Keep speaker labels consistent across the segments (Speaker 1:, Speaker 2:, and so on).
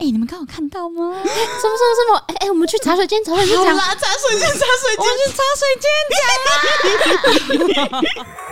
Speaker 1: 你们刚有看到吗？
Speaker 2: 什么？我们去茶水间讲。
Speaker 1: 好啦，茶水间，我们去茶水间讲。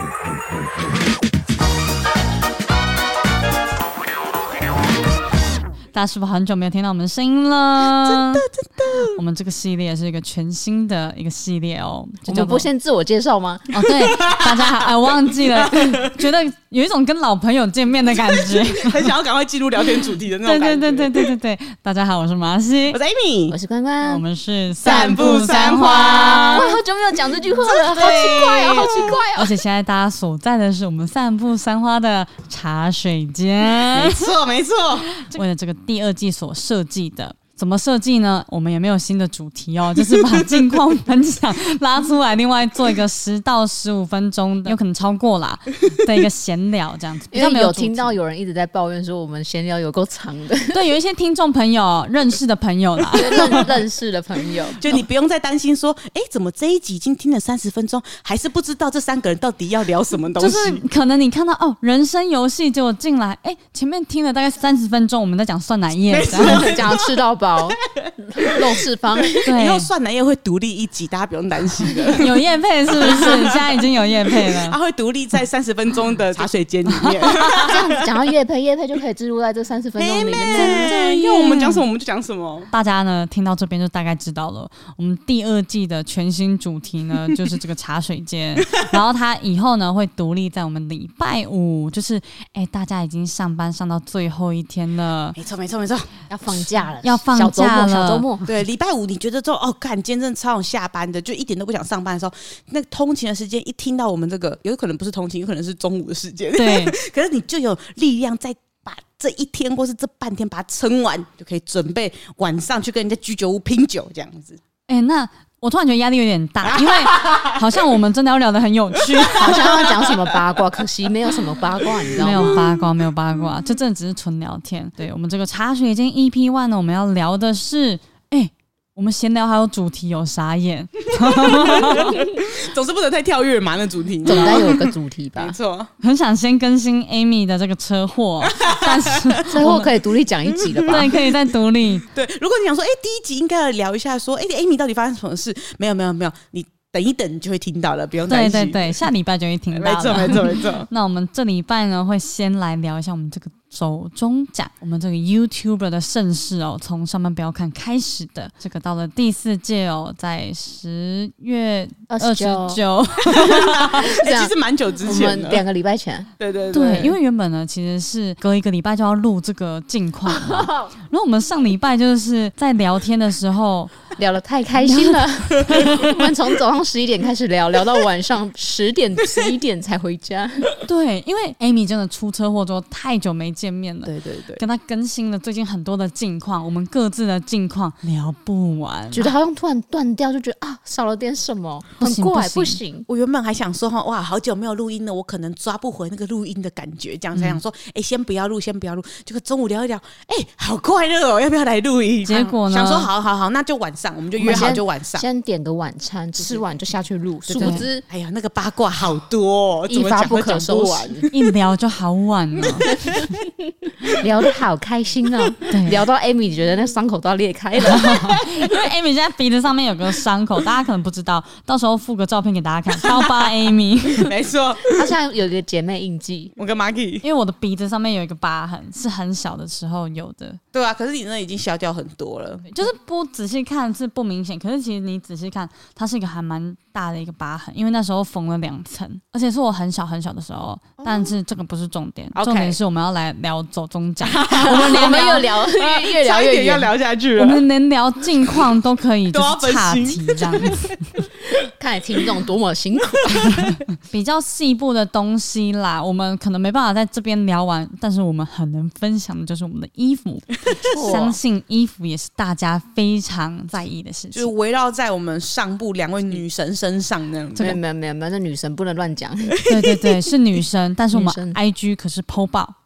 Speaker 1: 大家是不是很久没有听到我们的声音了？
Speaker 2: 真的。
Speaker 1: 我们这个系列是一个全新的一个系列哦。
Speaker 2: 我们不先自我介绍吗？
Speaker 1: 哦，对，大家还忘记了，觉得有一种跟老朋友见面的感觉，
Speaker 3: 很想要赶快进入聊天主题的那种感觉。
Speaker 1: 对。大家好，我是麻西，
Speaker 3: 我是 Amy，
Speaker 2: 我是关关，
Speaker 1: 我们是
Speaker 3: 散步三花。
Speaker 2: 哇，好久没有讲这句话了，好奇怪哦。
Speaker 1: 而且现在大家所在的是我们散步三花的茶水间，
Speaker 3: 没错。
Speaker 1: 为了这个第2季所设计的。怎么设计呢？我们也没有新的主题哦，就是把近况分享拉出来，另外做一个10到15分钟的，有可能超过啦的一个闲聊这样子。
Speaker 2: 因为有听到有人一直在抱怨说我们闲聊有够长的，
Speaker 1: 对，有一些听众朋友、认识的朋友啦，
Speaker 2: 认识的朋友，
Speaker 3: 就你不用再担心说，怎么这一集已经听了30分钟，还是不知道这3个人到底要聊什么东西？
Speaker 1: 就是可能你看到人生游戏，结果进来，前面听了大概30分钟，我们在讲酸奶液，
Speaker 2: 讲要吃到饱。肉四方，
Speaker 3: 以后酸奶液会独立一集，大家不用担心的。
Speaker 1: 有业配是不是？现在已经有业配了，
Speaker 3: 它会独立在30分钟的茶水间里面。
Speaker 2: 这样子讲到业配就可以置入在这30分钟里面。
Speaker 3: 因为我们讲什么我们就讲什么。
Speaker 1: 大家呢听到这边就大概知道了，我们第2季的全新主题呢就是这个茶水间，然后它以后呢会独立在我们礼拜5，就是大家已经上班上到最后一天了，
Speaker 3: 没错，
Speaker 2: 要放假了，
Speaker 1: 要放假了，
Speaker 2: 小周末。
Speaker 3: 对，礼拜5你觉得说干今天真的超想下班的，就一点都不想上班的时候，那个通勤的时间一听到我们这个，有可能不是通勤，有可能是中午的时间，
Speaker 1: 对，
Speaker 3: 可是你就有力量再把这一天或是这半天把它撑完，就可以准备晚上去跟人家居酒屋拼酒这样子。
Speaker 1: 那我突然觉得压力有点大，因为好像我们真的要聊得很有趣，
Speaker 2: 好像要讲什么八卦，可惜没有什么八卦，你知道吗？
Speaker 1: 没有八卦，这真的只是纯聊天。对，我们这个茶水间 EP1 呢，我们要聊的是，我们闲聊还有主题有傻眼，
Speaker 3: 总是不能太跳跃嘛，那主题
Speaker 2: 总该有一个主题吧？
Speaker 3: 没错，
Speaker 1: 很想先更新 Amy 的这个车祸，但是
Speaker 2: 车祸可以独立讲一集了吧？
Speaker 1: 对，可以再独立。
Speaker 3: 对，如果你想说，第1集应该要聊一下，说，Amy 到底发生什么事？没有，你等一等就会听到了，不用担心。
Speaker 1: 对，下礼拜就会听到了。
Speaker 3: 没错。
Speaker 1: 那我们这礼拜呢，会先来聊一下我们这个手中奖，我们这个 YouTuber 的盛世哦，从上班不要看开始的，这个到了第4届哦，在10月29，
Speaker 3: 其实蛮久之前的，
Speaker 2: 我们2个礼拜前。
Speaker 3: 对，
Speaker 1: 因为原本呢其实是隔1个礼拜就要录这个近况嘛，然后我们上礼拜就是在聊天的时候
Speaker 2: 聊得太开心了，我们从早上11点开始聊到晚上10点11点才回家。
Speaker 1: 对，因为 Amy 真的出车祸之后太久没见面了，
Speaker 3: 对，
Speaker 1: 跟她更新了最近很多的近况，我们各自的近况聊不完，
Speaker 2: 觉得好像突然断掉，就觉得少了点什么，很怪，不行。
Speaker 3: 我原本还想说哇，好久没有录音了，我可能抓不回那个录音的感觉，这样才想说先不要录，结果中午聊一聊，好快乐哦，要不要来录音？
Speaker 1: 结果呢，
Speaker 3: 想说好，那就晚上，我们就约好就晚上，
Speaker 2: 先点个晚餐，吃完就下去录。殊不知，
Speaker 3: 哎呀，那个八卦好多，
Speaker 2: 一发不可收拾，
Speaker 1: 一聊就好晚了，
Speaker 2: 聊得好开心哦。聊到 Amy 觉得那伤口都要裂开了，
Speaker 1: 因为 Amy 现在鼻子上面有个伤口，大家可能不知道，到时候附个照片给大家看，刀疤 Amy，
Speaker 3: 没错，
Speaker 2: 她现在有一个姐妹印记。
Speaker 3: 我跟 Marky，
Speaker 1: 因为我的鼻子上面有一个疤痕，是很小的时候有的。
Speaker 3: 对啊，可是你那已经消掉很多了，
Speaker 1: 就是不仔细看是不明显，可是其实你仔细看，它是一个还蛮大的一个疤痕，因为那时候缝了2层，而且是我很小的时候。但是这个不是重点，重点是我们要来聊走中奖。
Speaker 2: 我们又聊越聊越远，
Speaker 3: 要聊下去了。
Speaker 1: 我们连聊近况都可以，就是岔题这样子。
Speaker 2: 看来听众多么辛苦，
Speaker 1: 比较细部的东西啦，我们可能没办法在这边聊完，但是我们很能分享的就是我们的衣服。相信衣服也是大家非常在意的事情，
Speaker 3: 就是围绕在我们上部2位女神身上那样子。
Speaker 2: 没有，那女神不能乱讲。
Speaker 1: 对，是女生，但是我们 IG 可是 po 爆。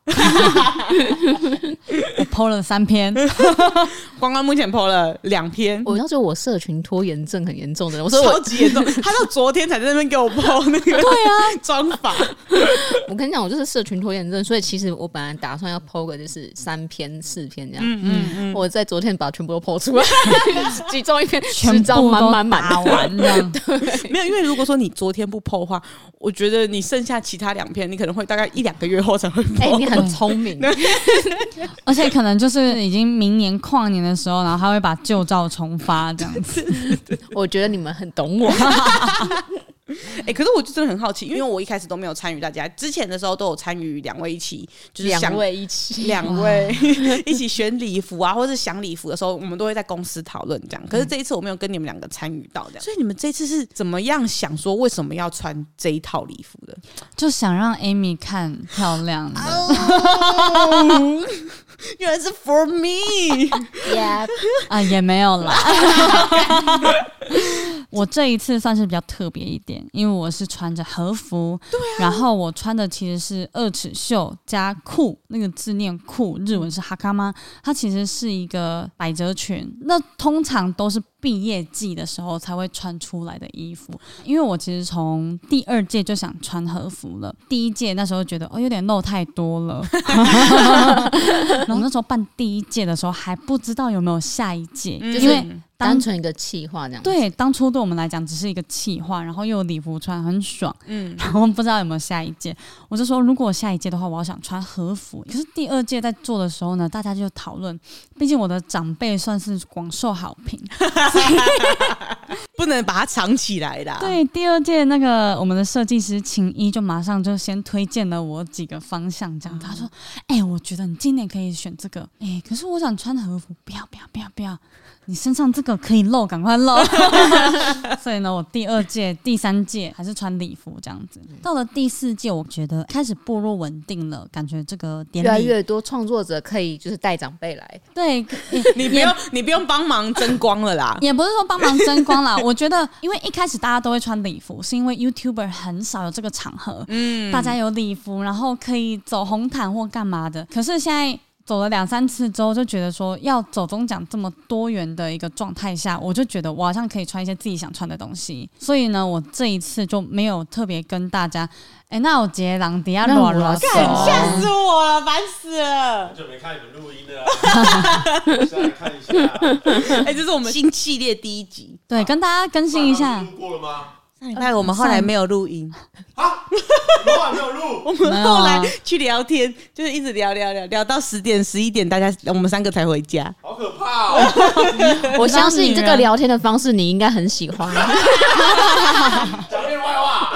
Speaker 1: 我 po 了3篇，
Speaker 3: 光光目前 po 了2篇，
Speaker 2: 我要说我社群拖延症很严重的人，我说
Speaker 3: 超级严重。他到昨天才在那边给我 po 那个对啊妆法。
Speaker 2: 我跟你讲，我就是社群拖延症，所以其实我本来打算要 po 个就是3篇4篇这样。我在昨天把全部都 po 出来，集中一篇10张满
Speaker 1: 打完这样。
Speaker 3: 没有，因为如果说你昨天不 po 的话，我觉得你剩下其他2篇，你可能会大概1-2个月后才会 po。
Speaker 2: 你很聪明。
Speaker 1: 而且可能就是已经明年跨年的时候，然后他会把旧照重发这样子。
Speaker 2: 我觉得你们很懂我。
Speaker 3: 可是我就真的很好奇，因为我一开始都没有参与，大家之前的时候都有参与2位一起，就是
Speaker 2: 2位一起
Speaker 3: ，2位一起选礼服啊，或是想礼服的时候，我们都会在公司讨论这样。可是这一次我没有跟你们2个参与到这样，所以你们这次是怎么样想说为什么要穿这一套礼服的？
Speaker 1: 就想让 Amy 看漂亮的。
Speaker 3: 原来是 for me，
Speaker 1: 也没有啦。我这一次算是比较特别一点，因为我是穿着和服，然后我穿的其实是2尺袖加裤，那个字念裤，日文是哈卡玛，它其实是一个百褶裙。那通常都是毕业季的时候才会穿出来的衣服，因为我其实从第2届就想穿和服了，第1届那时候觉得有点露太多了。然后那时候办第1届的时候还不知道有没有下一届，因为
Speaker 2: 单纯一个企划这样子。
Speaker 1: 对，当初对我们来讲只是一个企划，然后又有礼服穿，很爽。然后不知道有没有下一届，我就说如果下一届的话，我要想穿和服。可是第2届在做的时候呢，大家就讨论，毕竟我的长辈算是广受好评，
Speaker 3: 不能把它藏起来啦。
Speaker 1: 对，第2届那个我们的设计师秦一就马上就先推荐了我几个方向，这样他说：“我觉得你今年可以选这个。可是我想穿和服，不要。”你身上这个可以露，赶快露。所以呢，我第2届、第3届还是穿礼服这样子。到了第4届，我觉得开始步入稳定了，感觉这个典礼
Speaker 2: 越来越多创作者可以就是带长辈来。
Speaker 3: 对，你不用帮忙争光了啦。
Speaker 1: 也不是说帮忙争光啦，我觉得因为一开始大家都会穿礼服，是因为 YouTuber 很少有这个场合，大家有礼服，然后可以走红毯或干嘛的。可是现在走了2-3次之后，就觉得说要走中奖这么多元的一个状态下，我就觉得我好像可以穿一些自己想穿的东西。所以呢，我这一次就没有特别跟大家，那我杰朗底下乱乱说，
Speaker 3: 吓死我了，烦死了！
Speaker 4: 很久没看你们录音了啊，下来看一下。
Speaker 3: 这是我们新系列第1集，
Speaker 1: 对，跟大家更新一下。
Speaker 4: 录过了吗？
Speaker 3: 上礼拜我们后来没有录音
Speaker 4: 啊，你们还没有录？
Speaker 3: 我们后来去聊天，就是一直聊到10点11点，我们3个才回家，
Speaker 4: 好可怕哦！
Speaker 2: 我相信这个聊天的方式你应该很喜欢。
Speaker 4: 讲点坏话。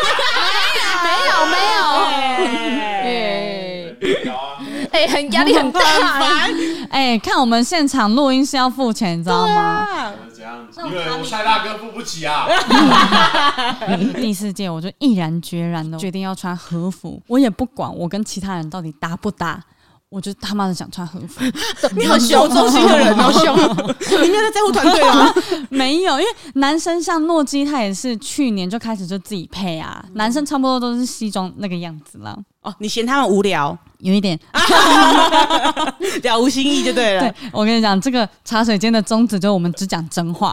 Speaker 2: 没有，很压力很大，
Speaker 1: 看我们现场录音是要付钱，你知道吗？
Speaker 4: 怎样？因为我蔡大哥付不起啊。
Speaker 1: 第4届我就毅然决然的决定要穿和服，我也不管我跟其他人到底搭不搭，我就他妈的想穿和服。
Speaker 3: 你很凶，中心的人好凶。你没有在乎团队吗？
Speaker 1: 没有，因为男生像诺基，他也是去年就开始就自己配啊，男生差不多都是西装那个样子啦。
Speaker 3: 你嫌他们无聊？
Speaker 1: 有一点
Speaker 3: 了无新意就对了。
Speaker 1: 对，我跟你讲，这个茶水间的宗旨就是我们只讲真话，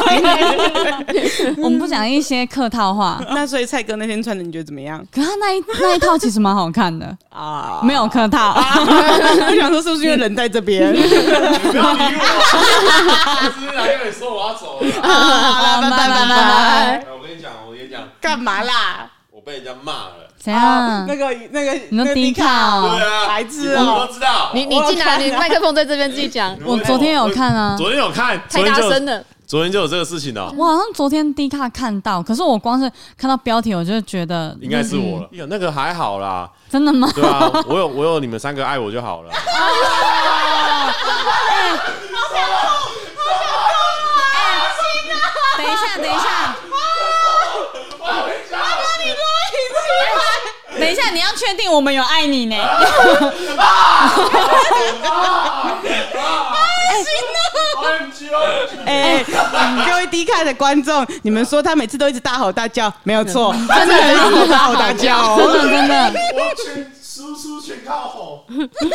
Speaker 1: 我们不讲一些客套话。
Speaker 3: 那所以蔡哥那天穿的你觉得怎么样？
Speaker 1: 可他那一套其实蛮好看的啊，没有客套。
Speaker 3: 我想说是不是因为人在这边？
Speaker 4: 你不要理我，我只是来跟你说我要走了。
Speaker 3: 好了，拜。
Speaker 4: 我跟你讲，
Speaker 3: 干嘛啦？
Speaker 4: 我被人家骂了。
Speaker 1: 怎样？
Speaker 3: 那个，
Speaker 1: 你说低卡哦？
Speaker 4: 对啊，
Speaker 3: 白痴
Speaker 4: 哦！我都知道。
Speaker 2: 你进来，你麦克风在这边自己讲。
Speaker 1: 我昨天有看啊，
Speaker 4: 昨天有看，
Speaker 2: 太大声了。
Speaker 4: 昨天就有这个事情了。
Speaker 1: 我好像昨天低卡看到，可是我光是看到标题，我就觉得
Speaker 4: 应该是我了。那个还好啦。
Speaker 1: 真的吗？
Speaker 4: 对啊，我有你们3个爱我就好了。
Speaker 1: 等一下。等一下，你要确定我们有爱你呢。
Speaker 3: 各位低卡的观众，你们说他每次都一直大吼大叫，没有错，真的很大吼大叫，
Speaker 1: 真的。
Speaker 4: 我输出全靠吼！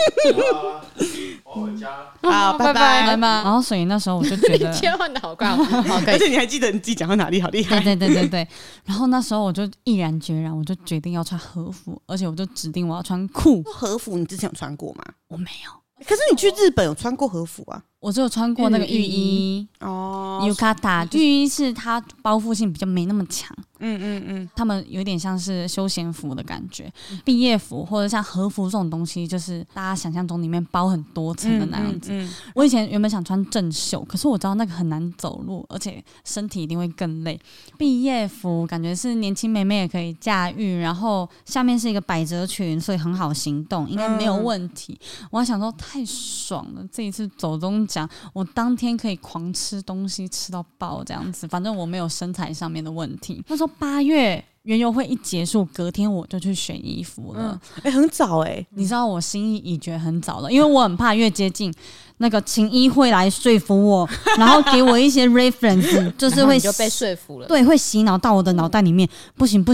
Speaker 4: 我回家。
Speaker 3: 好，拜
Speaker 1: 拜
Speaker 3: 拜。
Speaker 1: 拜。然后所以那时候我就觉得
Speaker 2: 切换的好快，好可以。
Speaker 3: 而且你还记得你自己讲到哪里，好厉害。
Speaker 1: 对。然后那时候我就毅然决然，我就决定要穿和服，而且我就指定我要穿裤。
Speaker 3: 和服你之前有穿过吗？
Speaker 1: 我没有。
Speaker 3: 可是你去日本有穿过和服啊？
Speaker 1: 我只有穿过那个浴衣
Speaker 3: 哦
Speaker 1: ，Yukata 浴衣是它包覆性比较没那么强，
Speaker 3: 嗯，
Speaker 1: 他们有点像是休闲服的感觉，毕业服或者像和服这种东西，就是大家想象中里面包很多层的那样子。我以前原本想穿正袖，可是我知道那个很难走路，而且身体一定会更累。毕业服感觉是年轻妹妹也可以驾驭，然后下面是一个百褶裙，所以很好行动，应该没有问题。我还想说太爽了，这一次走中奖，我当天可以狂吃东西吃到爆这样子，反正我没有身材上面的问题。那时候8月园游会一结束，隔天我就去选衣服了。
Speaker 3: 很早
Speaker 1: 你知道我心意已决很早了，因为我很怕越接近那个秦一会来说服我，然后给我一些 reference， 就是会
Speaker 2: 你就被说服了，
Speaker 1: 对，会洗脑到我的脑袋里面。不行，我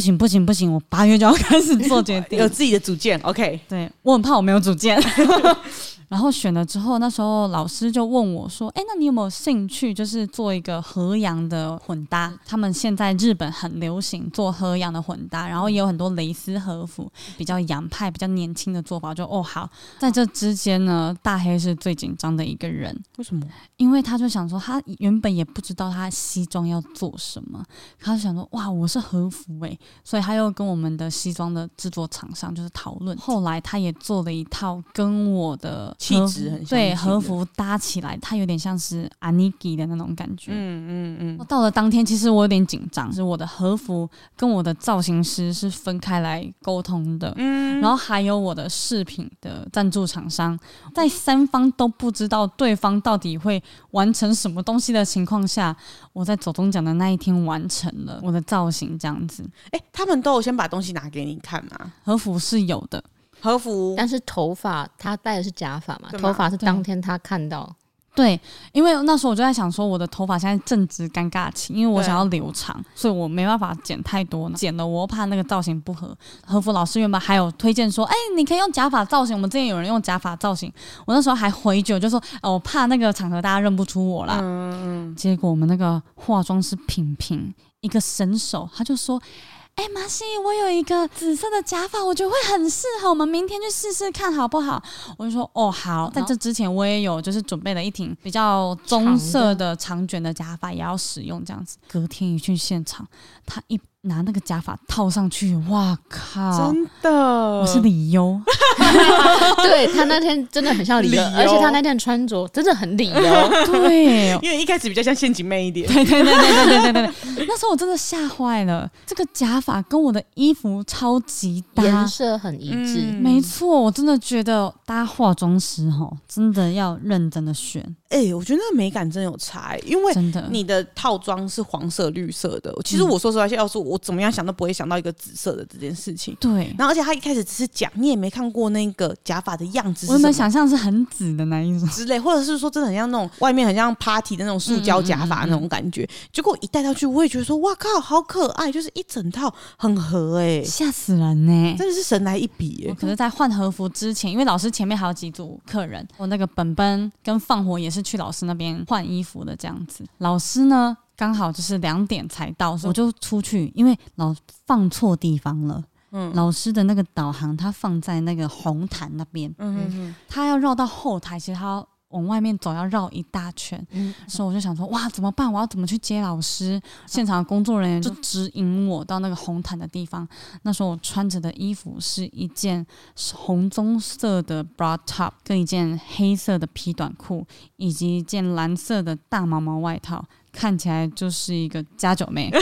Speaker 1: 8月就要开始做决定，
Speaker 3: 有自己的主见。OK，
Speaker 1: 对我很怕我没有主见。然后选了之后，那时候老师就问我说：“那你有没有兴趣，就是做一个和洋的混搭？他们现在日本很流行做和洋的混搭，然后也有很多蕾丝和服，比较洋派、比较年轻的做法。就好，在这之间呢，大黑是最紧张的一个人。
Speaker 3: 为什么？
Speaker 1: 因为他就想说，他原本也不知道他西装要做什么，他就想说，哇，我是和服所以他又跟我们的西装的制作厂商就是讨论。后来他也做了一套跟我的
Speaker 3: 气质很像
Speaker 1: 对和服搭起来，它有点像是阿尼基的那种感觉。到了当天，其实我有点紧张，是我的和服跟我的造型师是分开来沟通的，然后还有我的饰品的赞助厂商，在3方都不知道对方到底会完成什么东西的情况下，我在走中奖的那一天完成了我的造型，这样子。
Speaker 3: 他们都有先把东西拿给你看吗？
Speaker 1: 和服是有的。
Speaker 3: 和服，
Speaker 2: 但是头发他戴的是假发嘛？头发是当天他看到。
Speaker 1: 对，因为那时候我就在想说，我的头发现在正值尴尬期，因为我想要留长，所以我没办法剪太多，剪了我又怕那个造型不合。和服老师原本还有推荐说，你可以用假发造型，我们之前有人用假发造型，我那时候还回绝，就说我怕那个场合大家认不出我啦。结果我们那个化妆师品品一个神手，他就说。马西，我有一个紫色的假发，我觉得会很适合，我们明天去试试看好不好？我就说好。在这之前我也有就是准备了一挺比较棕色的长卷的假发，也要使用这样子。隔天一去现场，他一拿那个假发套上去，哇靠！
Speaker 3: 真的，
Speaker 1: 我是李优。
Speaker 2: 对，他那天真的很像李优，而且他那天穿着真的很李优。
Speaker 1: 对，
Speaker 3: 因为一开始比较像陷阱妹一点。
Speaker 1: 对。那时候我真的吓坏了，这个假发跟我的衣服超级搭，
Speaker 2: 颜色很一致。
Speaker 1: 没错，我真的觉得大家化妆师真的要认真的选。
Speaker 3: 我觉得那个美感真的有差，因为你的套装是黄色、绿色的。其实我说实话，要是我怎么样想都不会想到一个紫色的这件事情。
Speaker 1: 对，
Speaker 3: 然后而且他一开始只是讲，你也没看过那个假发的样子是什么，
Speaker 1: 我原本想象是很紫的那一种
Speaker 3: 之类，或者是说真的很像那种外面很像 party 的那种塑胶假发那种感觉。结果一戴上去，我也觉得说，哇靠，好可爱，就是一整套很合
Speaker 1: 吓死人呢，
Speaker 3: 真的是神来一笔
Speaker 1: 可是，在换和服之前，因为老师前面还有几组客人，我那个本本跟放火也是去老师那边换衣服的这样子。老师呢刚好就是2点才到，所以我就出去，因为放错地方了。老师的那个导航他放在那个红毯那边，他要绕到后台，其实他要往外面走，要绕一大圈。所以我就想说，哇，怎么办？我要怎么去接老师？现场的工作人员就指引我到那个红毯的地方。那时候我穿着的衣服是一件红棕色的 bra top， 跟一件黑色的皮短裤，以及一件蓝色的大毛毛外套。看起来就是一个家酒妹，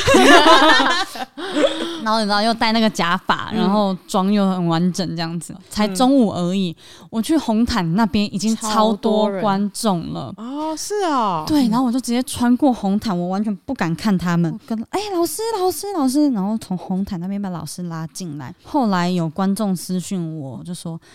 Speaker 1: 然后你知道又戴那个假发，然后妆又很完整，这样子。才中午而已，我去红毯那边已经超多观众了。
Speaker 3: 是哦，
Speaker 1: 对，然后我就直接穿过红毯，我完全不敢看他们。跟老师，然后从红毯那边把老师拉进来。后来有观众私讯我，就说。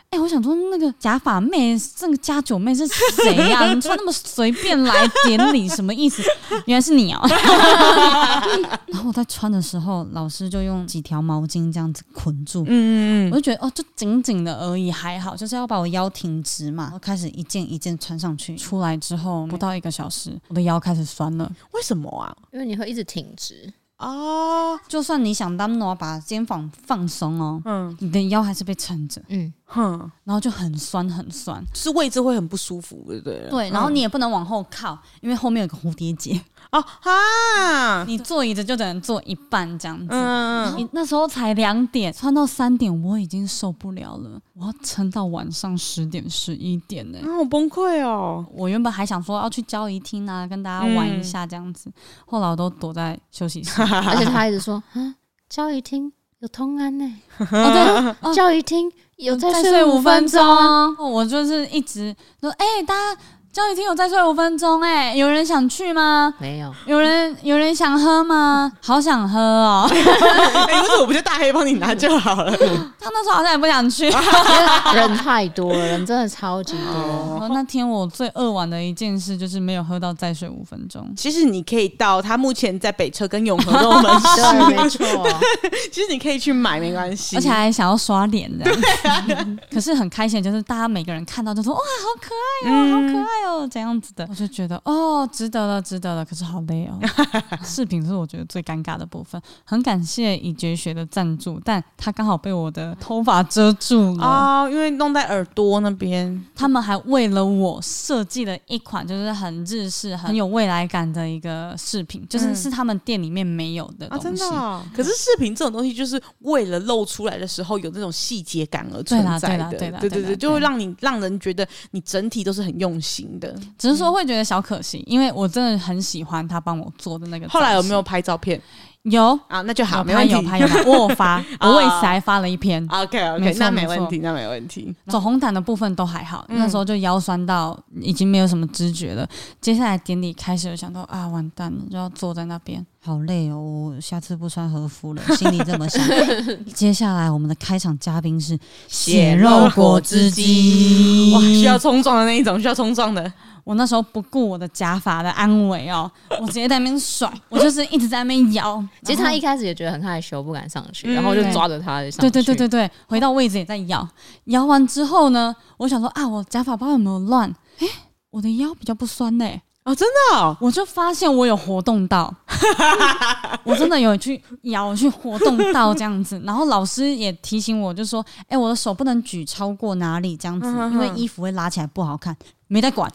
Speaker 1: 我想说那个假发妹，这个加九妹是谁呀？你穿那么随便来典礼，什么意思？原来是你哦。然后我在穿的时候，老师就用几条毛巾这样子捆住，我就觉得就紧紧的而已，还好，就是要把我腰挺直嘛。然后开始一件一件穿上去，出来之后不到1个小时，我的腰开始酸了。
Speaker 3: 为什么啊？
Speaker 2: 因为你会一直挺直。
Speaker 1: 就算你想当挪把肩膀放松你的腰还是被撑着，然后就很酸很酸，
Speaker 3: 是位置会很不舒服，对不对？
Speaker 1: 对，然后你也不能往后靠，因为后面有个蝴蝶结。你坐椅子就只能坐一半这样子。你那时候才2点，穿到3点，我已经受不了了，我要撑到晚上10点11点呢，
Speaker 3: 好崩溃哦！
Speaker 1: 我原本还想说要去交谊厅啊，跟大家玩一下这样子，后来我都躲在休息室，
Speaker 2: 而且他一直说交谊厅有通安呢，
Speaker 1: 对，
Speaker 2: 交谊厅有再
Speaker 1: 再
Speaker 2: 睡5分钟。
Speaker 1: 我就是一直说，大家交谊厅有再睡5分钟，有人想去吗？
Speaker 2: 没有。
Speaker 1: 有人想喝吗？好想喝哦！
Speaker 3: 为什么不就大黑帮你拿就好了？
Speaker 1: 他那时候好像也不想去，
Speaker 2: 人太多了，人真的超级多。
Speaker 1: 那天我最扼腕的一件事就是没有喝到再睡5分钟。
Speaker 3: 其实你可以到他目前在北车跟永和都有门市，
Speaker 2: 对，没错。
Speaker 3: 其实你可以去买，没关系，
Speaker 1: 而且还想要刷脸这样。可是很开心，就是大家每个人看到就说哇，好可爱哦，好可爱哦，这样子的，我就觉得值得了，值得了。可是好累哦。饰品是我觉得最尴尬的部分，很感谢以绝学的赞助，但他刚好被我的头发遮住了
Speaker 3: 因为弄在耳朵那边。
Speaker 1: 他们还为了我设计了一款就是很日式、很有未来感的一个饰品，就是他们店里面没有的东西。
Speaker 3: 真的可是饰品这种东西，就是为了露出来的时候有那种细节感而存在的。对，就会让人觉得你整体都是很用心的。
Speaker 1: 只是说会觉得小可惜，因为我真的很喜欢他帮我做的那个。
Speaker 3: 后来有没有拍照片？
Speaker 1: 有
Speaker 3: 那就好，
Speaker 1: 没问题。有拍，我有发，我为此还发了一篇。
Speaker 3: OK， 那没问题。
Speaker 1: 走红毯的部分都还好，那时候就腰酸到已经没有什么知觉了。接下来典礼开始，我想到完蛋了，就要坐在那边，好累哦，我下次不穿和服了，心里这么想。接下来我们的开场嘉宾是血肉果汁机，
Speaker 3: 哇，需要冲撞的那一种，需要冲撞的。
Speaker 1: 我那时候不顾我的假发的安危我直接在那边甩，我就是一直在那边摇。
Speaker 2: 其实他一开始也觉得很害羞，不敢上去，然后就抓着他上去。
Speaker 1: 对，回到位置也在摇。摇完之后呢，我想说我假发包有没有乱？我的腰比较不酸呢。
Speaker 3: 真的
Speaker 1: 我就发现我有活动到，我真的有去摇去活动到这样子。然后老师也提醒我，就说我的手不能举超过哪里这样子，因为衣服会拉起来不好看。没在管。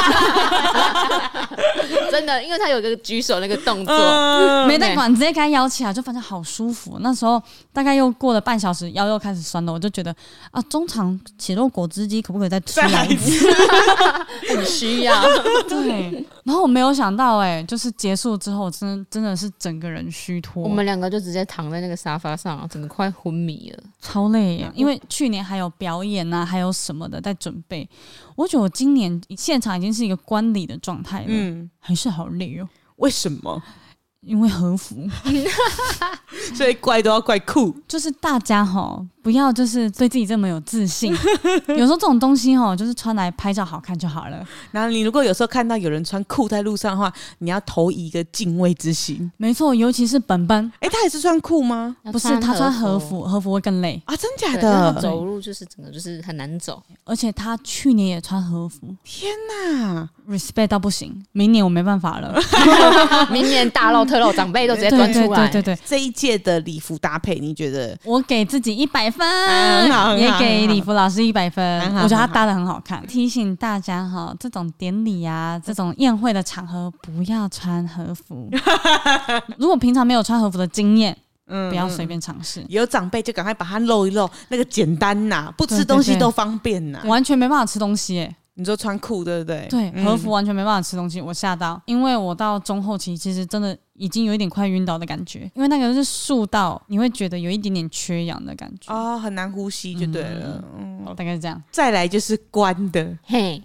Speaker 2: 真的，因为他有一个举手那个动作，
Speaker 1: 没在管，直接给他摇起来，就发现好舒服。那时候大概又过了半小时，腰又开始酸了，我就觉得中场血肉果汁机可不可以再出来一次？
Speaker 2: 很需要。
Speaker 1: 对，然后我没有想到，就是结束之后，真的是整个人虚脱。
Speaker 2: 我们2个就直接躺在那个沙发上，整个快昏迷了，
Speaker 1: 超累耶。因为去年还有表演啊，还有什么的在准备。我觉得我今年现场已经是一个观礼的状态了，还是好累哦。
Speaker 3: 为什么？
Speaker 1: 因为和服，
Speaker 3: 所以怪都要怪酷。
Speaker 1: 就是大家不要就是对自己这么有自信，有时候这种东西就是穿来拍照好看就好了。
Speaker 3: 然后你如果有时候看到有人穿酷在路上的话，你要投以一个敬畏之心。
Speaker 1: 没错，尤其是本本，
Speaker 3: 他也是穿酷吗？
Speaker 1: 不是，他穿和服，和服会更累
Speaker 3: 啊！真假的？
Speaker 2: 走路就是整个就是很难走，
Speaker 1: 而且他去年也穿和服。
Speaker 3: 天哪
Speaker 1: ，respect 到不行！明年我没办法了，
Speaker 2: 明年大露特露，长辈都直接端出来。
Speaker 1: 对，
Speaker 3: 这一届的礼服搭配，你觉得？
Speaker 1: 我给自己100分，
Speaker 3: 好
Speaker 1: 也给礼服老师100分。我觉得他搭得很好看。提醒大家这种典礼啊，这种宴会的场合不要穿和服。如果平常没有穿和服的经验，不要随便尝试。
Speaker 3: 有长辈就赶快把它露一露，那个简单呐，不吃东西都方便呐。
Speaker 1: 完全没办法吃东西
Speaker 3: 你说穿裤对不对？
Speaker 1: 对，和服完全没办法吃东西，我吓到，因为我到中后期其实真的已经有一点快晕倒的感觉，因为那个是束到你会觉得有一点点缺氧的感觉
Speaker 3: 很难呼吸就对了。
Speaker 1: 大概是这样。
Speaker 3: 再来就是关的，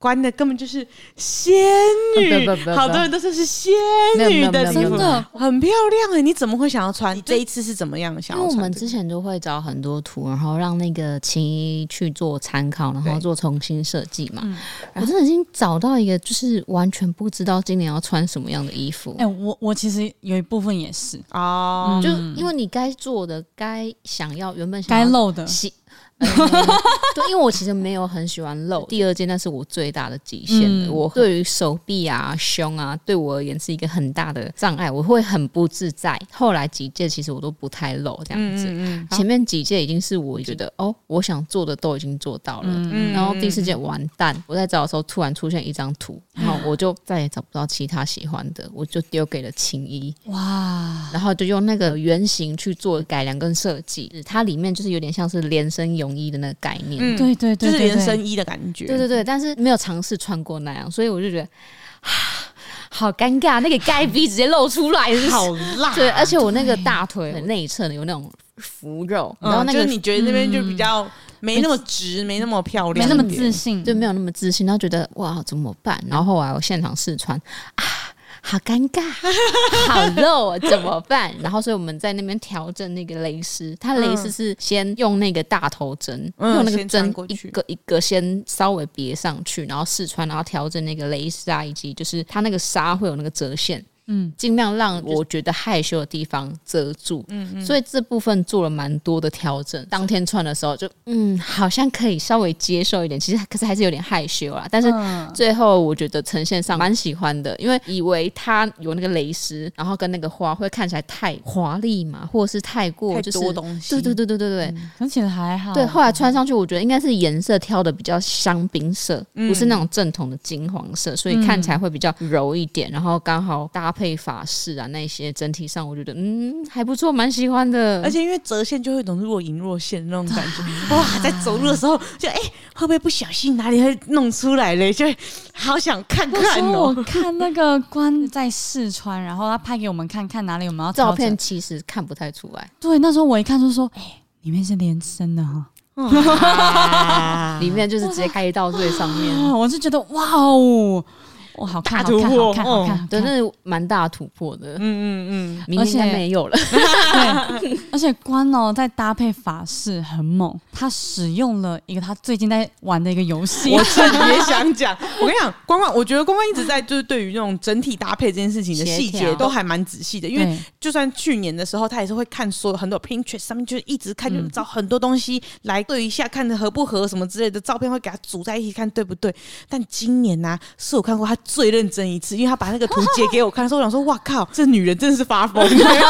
Speaker 3: 关的根本就是仙女，好多人都说是仙女的礼服，
Speaker 1: 真的
Speaker 3: 很漂亮哎！你怎么会想要穿？你这一次是怎么样想要穿？
Speaker 2: 因为我们之前就会找很多图，然后让那个青衣去做参考，然后做重新设计嘛。我真的已经找到一个，就是完全不知道今年要穿什么样的衣服。
Speaker 1: 我其实有一部分也是
Speaker 3: 哦，
Speaker 2: 就因为你该做的、该想要、原本想
Speaker 1: 该露的。
Speaker 2: 对，因为我其实没有很喜欢露。第二件那是我最大的极限了。我对于手臂啊、胸啊，对我而言是一个很大的障碍，我会很不自在。后来几届其实我都不太露这样子，前面几届已经是我觉得我想做的都已经做到了，然后第4届完蛋，我在找的时候突然出现一张图，然后我就再也找不到其他喜欢的，我就丢给了青衣，
Speaker 1: 哇，
Speaker 2: 然后就用那个原型去做改良跟设计，它里面就是有点像是连身泳衣的那个概念，
Speaker 1: 对对对，
Speaker 3: 就是连身衣的感觉，
Speaker 2: 对对对，但是没有尝试穿过那样，所以我就觉得好尴尬，那个该逼直接露出来，
Speaker 3: 好辣。
Speaker 2: 对，而且我那个大腿很内侧的有那种浮肉，然后那个
Speaker 3: 就是你觉得那边就比较没那么直，没那么漂亮，
Speaker 1: 没那么自信，
Speaker 2: 对，没有那么自信，然后觉得哇怎么办？然后后来我现场试穿好尴尬，好露啊，怎么办？然后所以我们在那边调整那个蕾丝，它蕾丝是先用那个大头针，用那个针一个一个先稍微别上去，然后试穿，然后调整那个蕾丝啊，以及就是它那个纱会有那个折线。尽量让我觉得害羞的地方遮住，所以这部分做了蛮多的调整。当天穿的时候就好像可以稍微接受一点，其实可是还是有点害羞啦。但是最后我觉得呈现上蛮喜欢的，因为以为它有那个蕾丝，然后跟那个花会看起来太华丽嘛，或者是太过就是
Speaker 3: 太多东西，
Speaker 2: 对，
Speaker 1: 而且还好。
Speaker 2: 对，后来穿上去，我觉得应该是颜色挑的比较香槟色，不是那种正统的金黄色，所以看起来会比较柔一点，然后刚好搭配发饰啊那些，整体上我觉得还不错，蛮喜欢的。
Speaker 3: 而且因为折线就会有一种若隐若现那种感觉，哇，在走路的时候就会不会不小心哪里会弄出来嘞？就会好想看看
Speaker 1: 我看那个关在试穿，然后他拍给我们看看哪里有没有
Speaker 2: 照片，其实看不太出来。
Speaker 1: 对，那时候我一看就说，里面是连身的哈。
Speaker 2: 里面就是直接开到最上面，
Speaker 1: 我就觉得哇哦，哇，好看，
Speaker 3: 突破，
Speaker 1: 好看，
Speaker 2: 对，那是蛮大突破的。明年应该没有了。
Speaker 1: 对，而且关在搭配法式很猛，他使用了一个他最近在玩的一个游戏。
Speaker 3: 我特别想讲，我跟你讲，关关，我觉得关关一直在就是对于那种整体搭配这件事情的细节都还蛮仔细的，因为就算去年的时候，他也是会看所有很多 Pinterest 上面，就是一直看，就找很多东西来对一下，看的合不合什么之类的照片，会给他组在一起看对不对。但今年呢，是我看过他最认真一次，因为他把那个图截给我看的时候，我想说，哇靠，这女人真的是发疯。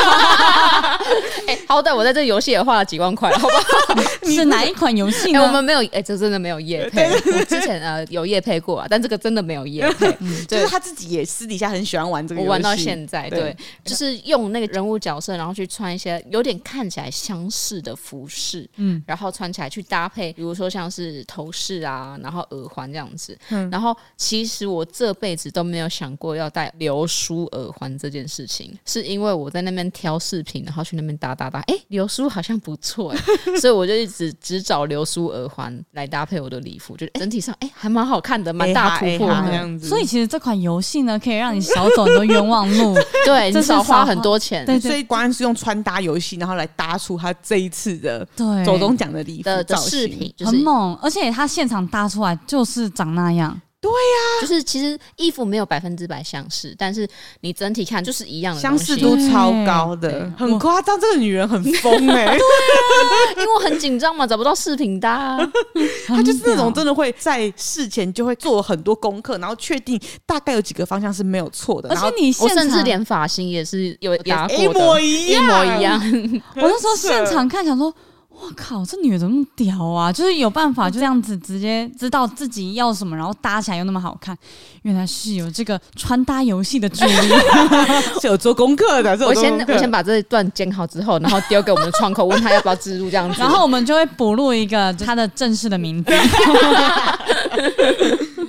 Speaker 2: 好歹我在这游戏也花了几万块，好不好？
Speaker 1: 是哪一款游戏呢？
Speaker 2: 我们没有，这真的没有业配。我之前有业配过啊，但这个真的没有业配。
Speaker 3: 就是他自己也私底下很喜欢玩这个游戏，
Speaker 2: 我玩到现在，对，就是用那个人物角色，然后去穿一些有点看起来相似的服饰，然后穿起来去搭配，比如说像是头饰啊，然后耳环这样子。然后其实我这辈子都没有想过要戴流苏耳环这件事情，是因为我在那边挑饰品，然后去那边搭，流苏好像不错所以我就一直只找流苏耳环来搭配我的礼服，就整体上还蛮好看的，蛮大突破的
Speaker 3: 样子。
Speaker 1: 所以其实这款游戏呢，可以让你少走很多冤枉路，
Speaker 2: 对，你少花很多钱。
Speaker 1: 对，
Speaker 3: 所以关是用穿搭游戏，然后来搭出他这一次的
Speaker 1: 走
Speaker 3: 中奖的礼服
Speaker 2: 的饰品，
Speaker 1: 很猛，而且他现场搭出来就是长那样。
Speaker 3: 对呀，
Speaker 2: 就是其实衣服没有100%相似，但是你整体看就是一样的
Speaker 3: 相似度超高的，很夸张。这个女人很疯对啊，
Speaker 2: 因为我很紧张嘛，找不到饰品搭。
Speaker 3: 她就是那种真的会在事前就会做很多功课，然后确定大概有几个方向是没有错的。
Speaker 1: 而且你
Speaker 2: 我甚至连发型也是有搭过的，
Speaker 3: 一模一
Speaker 2: 样。
Speaker 1: 我那时候现场看，想说。我靠，这女的怎么那么屌啊！就是有办法就这样子直接知道自己要什么，然后搭起来又那么好看。原来是有这个穿搭游戏的助力，
Speaker 3: 是有做功课的。
Speaker 2: 我先把这一段剪好之后，然后丢给我们的窗口，问他要不要植入这样子。
Speaker 1: 然后我们就会补录一个他的正式的名字。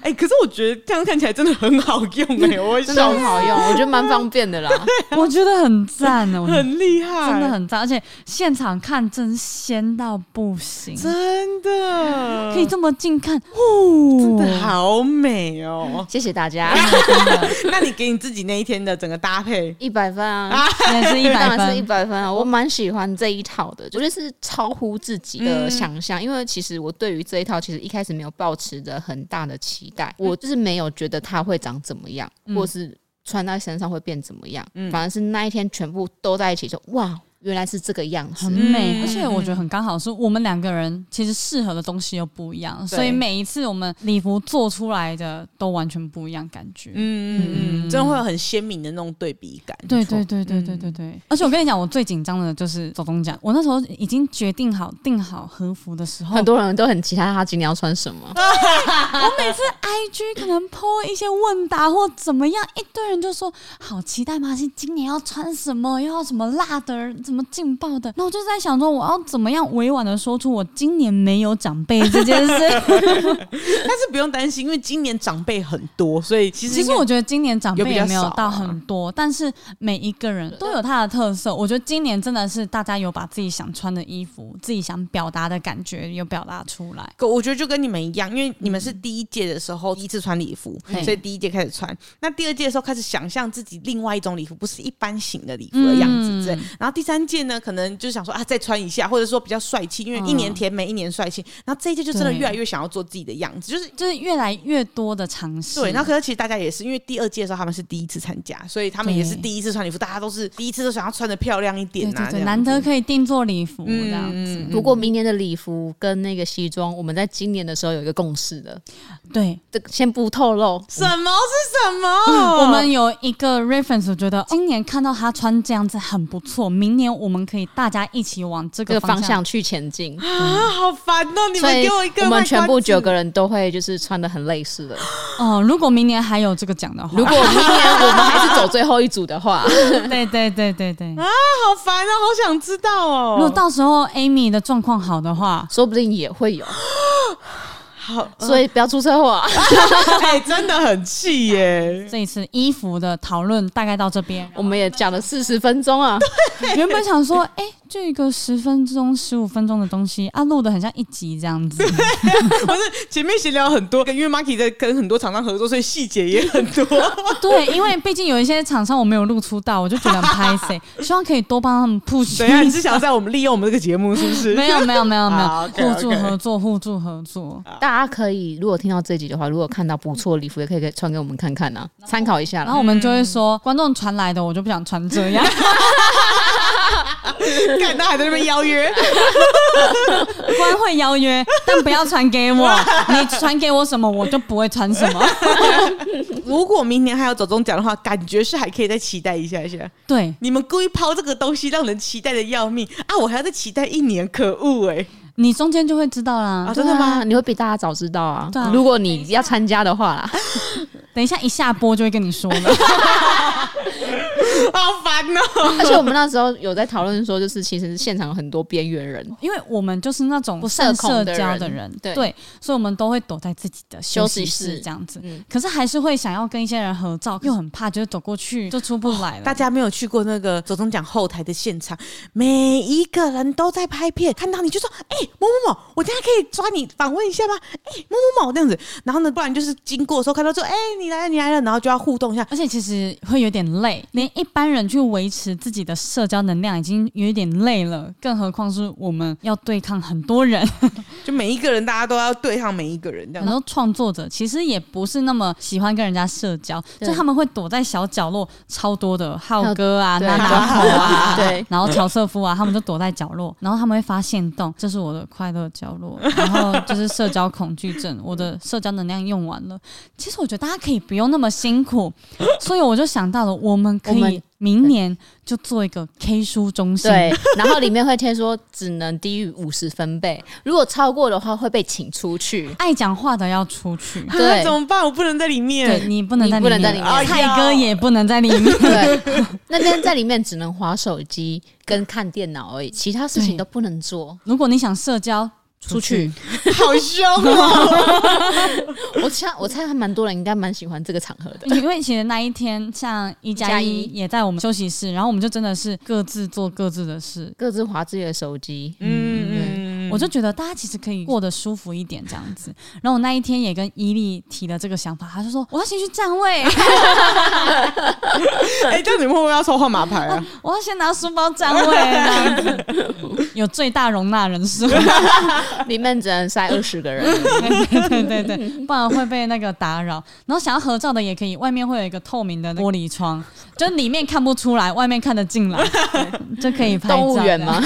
Speaker 3: 可是我觉得这样看起来真的很好用我会
Speaker 2: 真的很好用，我觉得蛮方便的啦。
Speaker 1: 我觉得很赞哦，
Speaker 3: 很厉害，
Speaker 1: 真的很赞，而且现场看真鲜到不行，
Speaker 3: 真的
Speaker 1: 可以这么近看，
Speaker 3: 真的好美哦！
Speaker 2: 谢谢大家。
Speaker 3: 那你给你自己那一天的整个搭配
Speaker 2: 100分啊，
Speaker 1: 也是100分，
Speaker 2: 当然是100分啊！我蛮喜欢这一套的，我觉得是超乎自己的想象，因为其实我对于这一套其实一开始没有抱持着很大的期待，我就是没有觉得它会长怎么样，或是穿在身上会变怎么样，反而是那一天全部都在一起说哇，原来是这个样子，
Speaker 1: 很美，而且我觉得很刚好是我们两个人其实适合的东西又不一样，所以每一次我们礼服做出来的都完全不一样感觉，
Speaker 3: 真的会有很鲜明的那种对比感。
Speaker 1: 对。而且我跟你讲，我最紧张的就是走钟奖，我那时候已经决定好订好和服的时候，
Speaker 2: 很多人都很期待他今年要穿什么。
Speaker 1: 我每次 IG 可能 po 一些问答或怎么样，一堆人就说好期待吗？今年要穿什么？又要什么辣的？怎么劲爆的？那我就在想说，我要怎么样委婉的说出我今年没有长辈这件事。
Speaker 3: 但是不用担心，因为今年长辈很多，所以其实
Speaker 1: 我觉得今年长辈也没有到很多，但是每一个人都有他的特色。我觉得今年真的是大家有把自己想穿的衣服、自己想表达的感觉有表达出来。
Speaker 3: 我觉得就跟你们一样，因为你们是第一届的时候第一次穿礼服，所以第一届开始穿。那第二届的时候开始想象自己另外一种礼服，不是一般型的礼服的样子之类。然后第三届呢，可能就是想说再穿一下，或者说比较帅气，因为一年甜美一年帅气。然后这一届就真的越来越想要做自己的样子，
Speaker 1: 就是越来越多的尝试。
Speaker 3: 对，然后可是其实大家也是因为第二届的时候他们是第一次参加，所以他们也是第一次穿礼服，大家都是第一次都想要穿得漂亮一点啊，
Speaker 1: 对，难得可以定做礼服这样子。
Speaker 2: 不过明年的礼服跟那个西装，我们在今年的时候有一个共识的。
Speaker 1: 对，
Speaker 2: 这个先不透露。
Speaker 3: 什么是什么？
Speaker 1: 我们有一个 reference， 我觉得今年看到他穿这样子很不错，明年我们可以大家一起往这个
Speaker 2: 方向去前进
Speaker 3: 好烦哦！你们给我一个，
Speaker 2: 我们全部9个人都会就是穿得很类似的。
Speaker 1: 如果明年还有这个奖的话，
Speaker 2: 如果明年我们还是走最后一组的话，
Speaker 1: 对
Speaker 3: 好烦啊，好想知道哦。
Speaker 1: 如果到时候 Amy 的状况好的话，
Speaker 2: 说不定也会有。
Speaker 3: 好，
Speaker 2: 所以不要出车祸。
Speaker 3: 真的很气耶！
Speaker 1: 这一次衣服的讨论大概到这边，
Speaker 2: 我们也讲了40分钟啊。
Speaker 1: 原本想说，就一个10分钟、15分钟的东西啊，录得很像一集这样子。
Speaker 3: 不是前面闲聊很多，因为 Marky 在跟很多厂商合作，所以细节也很多。
Speaker 1: 对，因为毕竟有一些厂商我没有露出到，我就觉得很拍谁，希望可以多帮他们 push。
Speaker 3: 等一下，你是想在我们利用我们这个节目是不是？
Speaker 1: 没有，
Speaker 3: 互
Speaker 1: 助合作。
Speaker 2: 大家可以如果听到这集的话，如果看到不错的礼服，也可以传给我们看看啊，参考一下啦。
Speaker 1: 然后我们就会说，观众传来的我就不想穿这样。
Speaker 3: 看他还在那边邀约，
Speaker 1: 官会邀约，但不要传给我。你传给我什么，我就不会传什么。
Speaker 3: 如果明年还有走中奖的话，感觉是还可以再期待一下。
Speaker 1: 对，
Speaker 3: 你们故意抛这个东西，让人期待的要命啊！我还要再期待1年，可恶
Speaker 1: 你中间就会知道啦。
Speaker 2: 真的吗？你会比大家早知道啊。如果你要参加的话啦。
Speaker 1: 等一下一下播就会跟你说了。
Speaker 3: 好烦哦！
Speaker 2: 而且我们那时候有在讨论说，就是其实现场有很多边缘人，
Speaker 1: 因为我们就是那种不善社交的人，对，所以我们都会躲在自己的休息室这样子。可是还是会想要跟一些人合照，又很怕，就是走过去就出不来了。
Speaker 3: 大家没有去过那个走中奖后台的现场，每一个人都在拍片，看到你就说：“某某某，我等一下可以抓你访问一下吗？”某某某这样子。然后呢，不然就是经过的时候看到说：“你来了，然后就要互动一下。”
Speaker 1: 而且其实会有点累，连一般人去维持自己的社交能量已经有一点累了，更何况是我们要对抗很多人。
Speaker 3: 就每一个人大家都要对抗每一个人这样。
Speaker 1: 很多创作者其实也不是那么喜欢跟人家社交，所以他们会躲在小角落，超多的浩哥啊、娜娜口啊，对，然后乔瑟夫啊，他们就躲在角落，然后他们会发现这是我的快乐角落，然后就是社交恐惧症，我的社交能量用完了。其实我觉得大家可以不用那么辛苦，所以我就想到了，我们可以明年就做一个 K 书中心，
Speaker 2: 对，然后里面会贴说只能低于50分贝，如果超过的话会被请出去。
Speaker 1: 爱讲话的要出去，
Speaker 2: 对，
Speaker 3: 怎么办？我不能在里面，
Speaker 1: 对，你不能在里面，蔡哥也不能在里面，
Speaker 2: 对，那边在里面只能滑手机跟看电脑而已，其他事情都不能做。
Speaker 1: 如果你想社交，
Speaker 2: 出去，
Speaker 3: 好凶哦！
Speaker 2: 我猜还蛮多人应该蛮喜欢这个场合的，
Speaker 1: 因为其实那一天像1+1也在我们休息室，然后我们就真的是各自做各自的事，
Speaker 2: 各自滑自己的手机。
Speaker 1: 我就觉得大家其实可以过得舒服一点这样子。然后我那一天也跟伊利提了这个想法，他就说我要先去占位。
Speaker 3: 哎，这样你们会不会要抽号码牌啊？
Speaker 1: 我要先拿书包占位，这样子有最大容纳人数，
Speaker 2: 里面只能塞20个人。
Speaker 1: 对，不然会被那个打扰。然后想要合照的也可以，外面会有一个透明的玻璃窗，就里面看不出来，外面看得进来，就可以拍照。
Speaker 2: 动物园吗？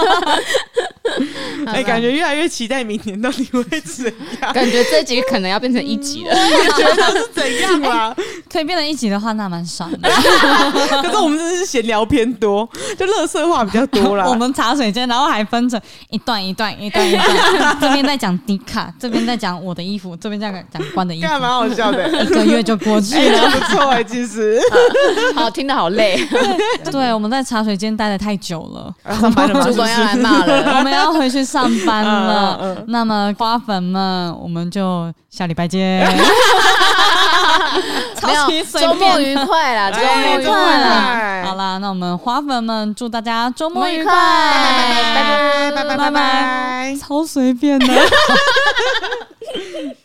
Speaker 3: 哎，感觉越来越期待明年到底会怎样。
Speaker 2: 感觉这一集可能要变成1集了。
Speaker 3: 我觉得是怎样啊？
Speaker 1: 可以变成1集的话，那蛮爽的。
Speaker 3: 可是我们真的是闲聊偏多，就垃圾话比较多啦。
Speaker 1: 我们茶水间，然后还分成一段，这边在讲迪卡，这边在讲我的衣服，这边在讲关的衣服，
Speaker 3: 干蛮好笑的。
Speaker 1: 1个月就过去了，
Speaker 3: 不错哎，其实。
Speaker 2: 好，听得好累。
Speaker 1: 对，我们在茶水间待得太久了，
Speaker 3: 上班了吗？
Speaker 2: 主管要来骂了。
Speaker 1: 我们要回去上班了。那么花粉们，我们就下礼拜见。超级随便，
Speaker 2: 周末愉快啦，周末愉快啦。
Speaker 1: 好啦，那我们花粉们祝大家周末愉快，
Speaker 3: 拜拜，
Speaker 1: 超随便的。